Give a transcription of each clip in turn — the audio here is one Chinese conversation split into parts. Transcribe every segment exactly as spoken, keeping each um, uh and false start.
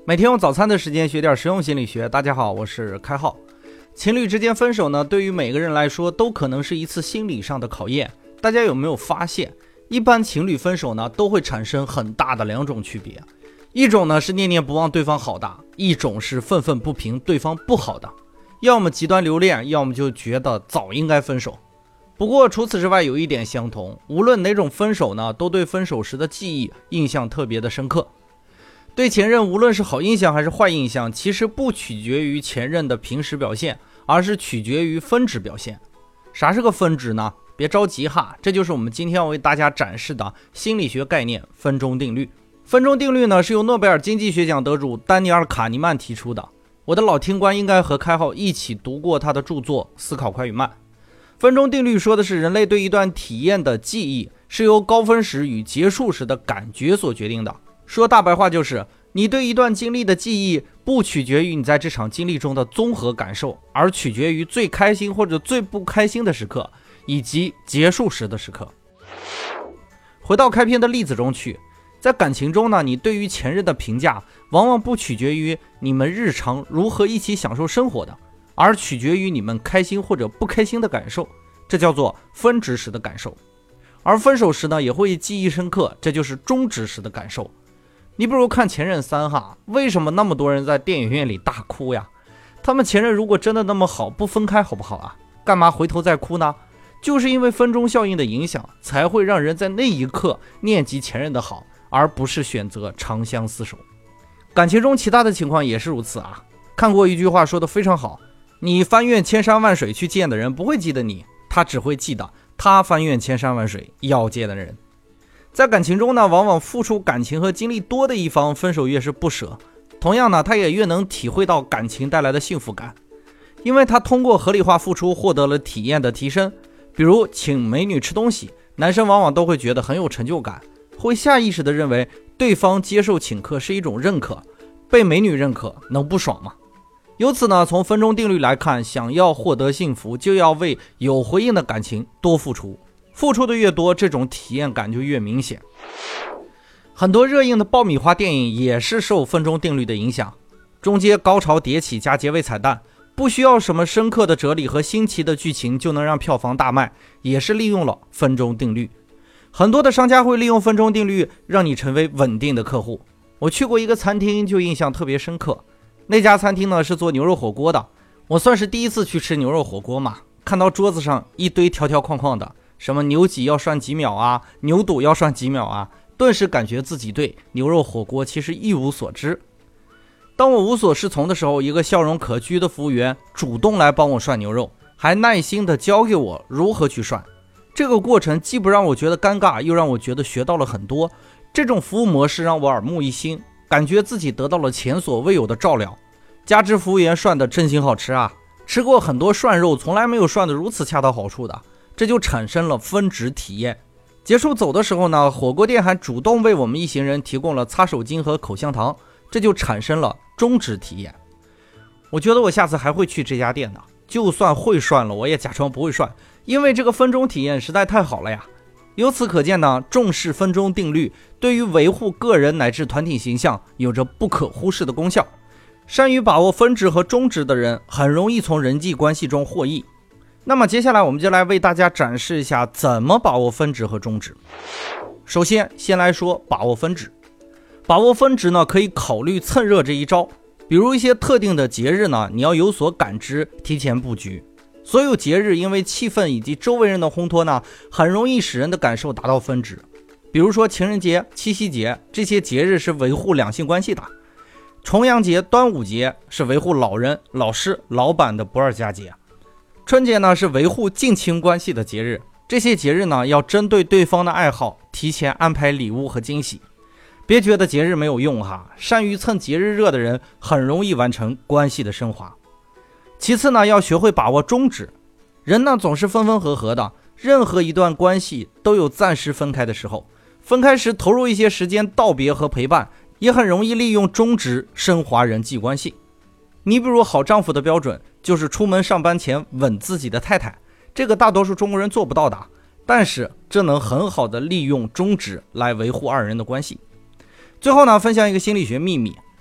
每天用早餐的时间学点实用心理学。大家好，我是开浩。情侣之间分手呢，对于每个人来说都可能是一次心理上的考验。大家有没有发现，一般情侣分手呢，都会产生很大的两种区别。一种呢是念念不忘对方好的，一种是愤愤不平对方不好的。要么极端留恋，要么就觉得早应该分手。不过除此之外有一点相同，无论哪种分手呢，都对分手时的记忆印象特别的深刻。对前任无论是好印象还是坏印象，其实不取决于前任的平时表现，而是取决于分值表现。啥是个分值呢？别着急哈，这就是我们今天要为大家展示的心理学概念——分钟定律。分钟定律呢，是由诺贝尔经济学奖得主丹尼尔·卡尼曼提出的。我的老听官应该和开浩一起读过他的著作《思考快与慢》。分钟定律说的是人类对一段体验的记忆是由高分时与结束时的感觉所决定的。说大白话就是，你对一段经历的记忆不取决于你在这场经历中的综合感受，而取决于最开心或者最不开心的时刻，以及结束时的时刻。回到开篇的例子中去，在感情中呢，你对于前任的评价往往不取决于你们日常如何一起享受生活的，而取决于你们开心或者不开心的感受，这叫做分值时的感受。而分手时呢，也会记忆深刻，这就是终值时的感受。你比如看前任三哈，为什么那么多人在电影院里大哭呀？他们前任如果真的那么好，不分开好不好啊？干嘛回头再哭呢？就是因为分钟效应的影响，才会让人在那一刻念及前任的好，而不是选择长相厮守。感情中其他的情况也是如此啊。看过一句话说得非常好，你翻越千山万水去见的人不会记得你，他只会记得他翻越千山万水要见的人。在感情中呢，往往付出感情和精力多的一方分手越是不舍，同样呢，他也越能体会到感情带来的幸福感，因为他通过合理化付出获得了体验的提升。比如请美女吃东西，男生往往都会觉得很有成就感，会下意识地认为对方接受请客是一种认可，被美女认可能不爽吗？由此呢，从分钟定律来看，想要获得幸福，就要为有回应的感情多付出。付出的越多，这种体验感就越明显。很多热映的爆米花电影也是受分钟定律的影响，中间高潮迭起加结尾彩蛋，不需要什么深刻的哲理和新奇的剧情就能让票房大卖，也是利用了分钟定律。很多的商家会利用分钟定律让你成为稳定的客户。我去过一个餐厅就印象特别深刻，那家餐厅呢是做牛肉火锅的，我算是第一次去吃牛肉火锅嘛，看到桌子上一堆条条框框的，什么牛脊要涮几秒啊，牛肚要涮几秒啊，顿时感觉自己对牛肉火锅其实一无所知。当我无所适从的时候，一个笑容可掬的服务员主动来帮我涮牛肉，还耐心地教给我如何去涮。这个过程既不让我觉得尴尬，又让我觉得学到了很多。这种服务模式让我耳目一新，感觉自己得到了前所未有的照料。加之服务员涮的真心好吃啊，吃过很多涮肉，从来没有涮得如此恰到好处的，这就产生了分值体验。结束走的时候呢，火锅店还主动为我们一行人提供了擦手巾和口香糖，这就产生了终值体验。我觉得我下次还会去这家店的，就算会涮了，我也假装不会涮，因为这个分钟体验实在太好了呀。由此可见呢，重视分钟定律对于维护个人乃至团体形象有着不可忽视的功效。善于把握分值和终值的人，很容易从人际关系中获益。那么接下来我们就来为大家展示一下怎么把握分值和终值。首先先来说把握分值。把握分值呢，可以考虑蹭热这一招。比如一些特定的节日呢，你要有所感知，提前布局。所有节日因为气氛以及周围人的烘托呢，很容易使人的感受达到分值。比如说情人节、七夕节，这些节日是维护两性关系的。重阳节、端午节是维护老人、老师、老板的不二家节。春节呢是维护近亲关系的节日，这些节日呢要针对对方的爱好，提前安排礼物和惊喜。别觉得节日没有用哈，善于蹭节日热的人很容易完成关系的升华。其次呢，要学会把握终值。人呢总是分分合合的，任何一段关系都有暂时分开的时候，分开时投入一些时间道别和陪伴，也很容易利用终值升华人际关系。你比如好丈夫的标准就是出门上班前吻自己的太太，这个大多数中国人做不到的，但是这能很好的利用终值来维护二人的关系。最后呢，分享一个心理学秘密，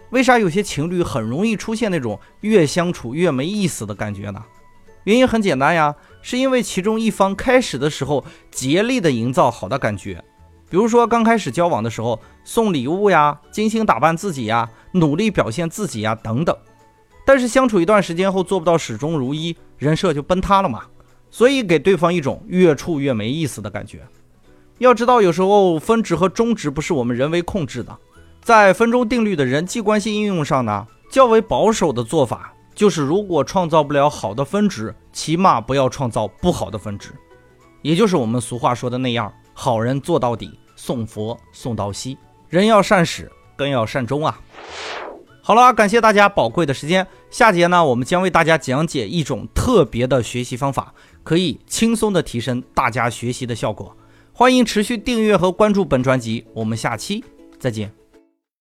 为啥有些情侣很容易出现那种越相处越没意思的感觉呢？原因很简单呀，是因为其中一方开始的时候竭力的营造好的感觉，比如说刚开始交往的时候送礼物呀，精心打扮自己呀，努力表现自己呀等等。但是相处一段时间后做不到始终如一，人设就崩塌了嘛，所以给对方一种越处越没意思的感觉。要知道有时候分值和中值不是我们人为控制的，在分钟定律的人际关系应用上呢，较为保守的做法就是如果创造不了好的分值，起码不要创造不好的分值，也就是我们俗话说的那样，好人做到底，送佛送到西，人要善始，更要善终啊。好了，感谢大家宝贵的时间，下节呢我们将为大家讲解一种特别的学习方法，可以轻松的提升大家学习的效果。欢迎持续订阅和关注本专辑，我们下期再见。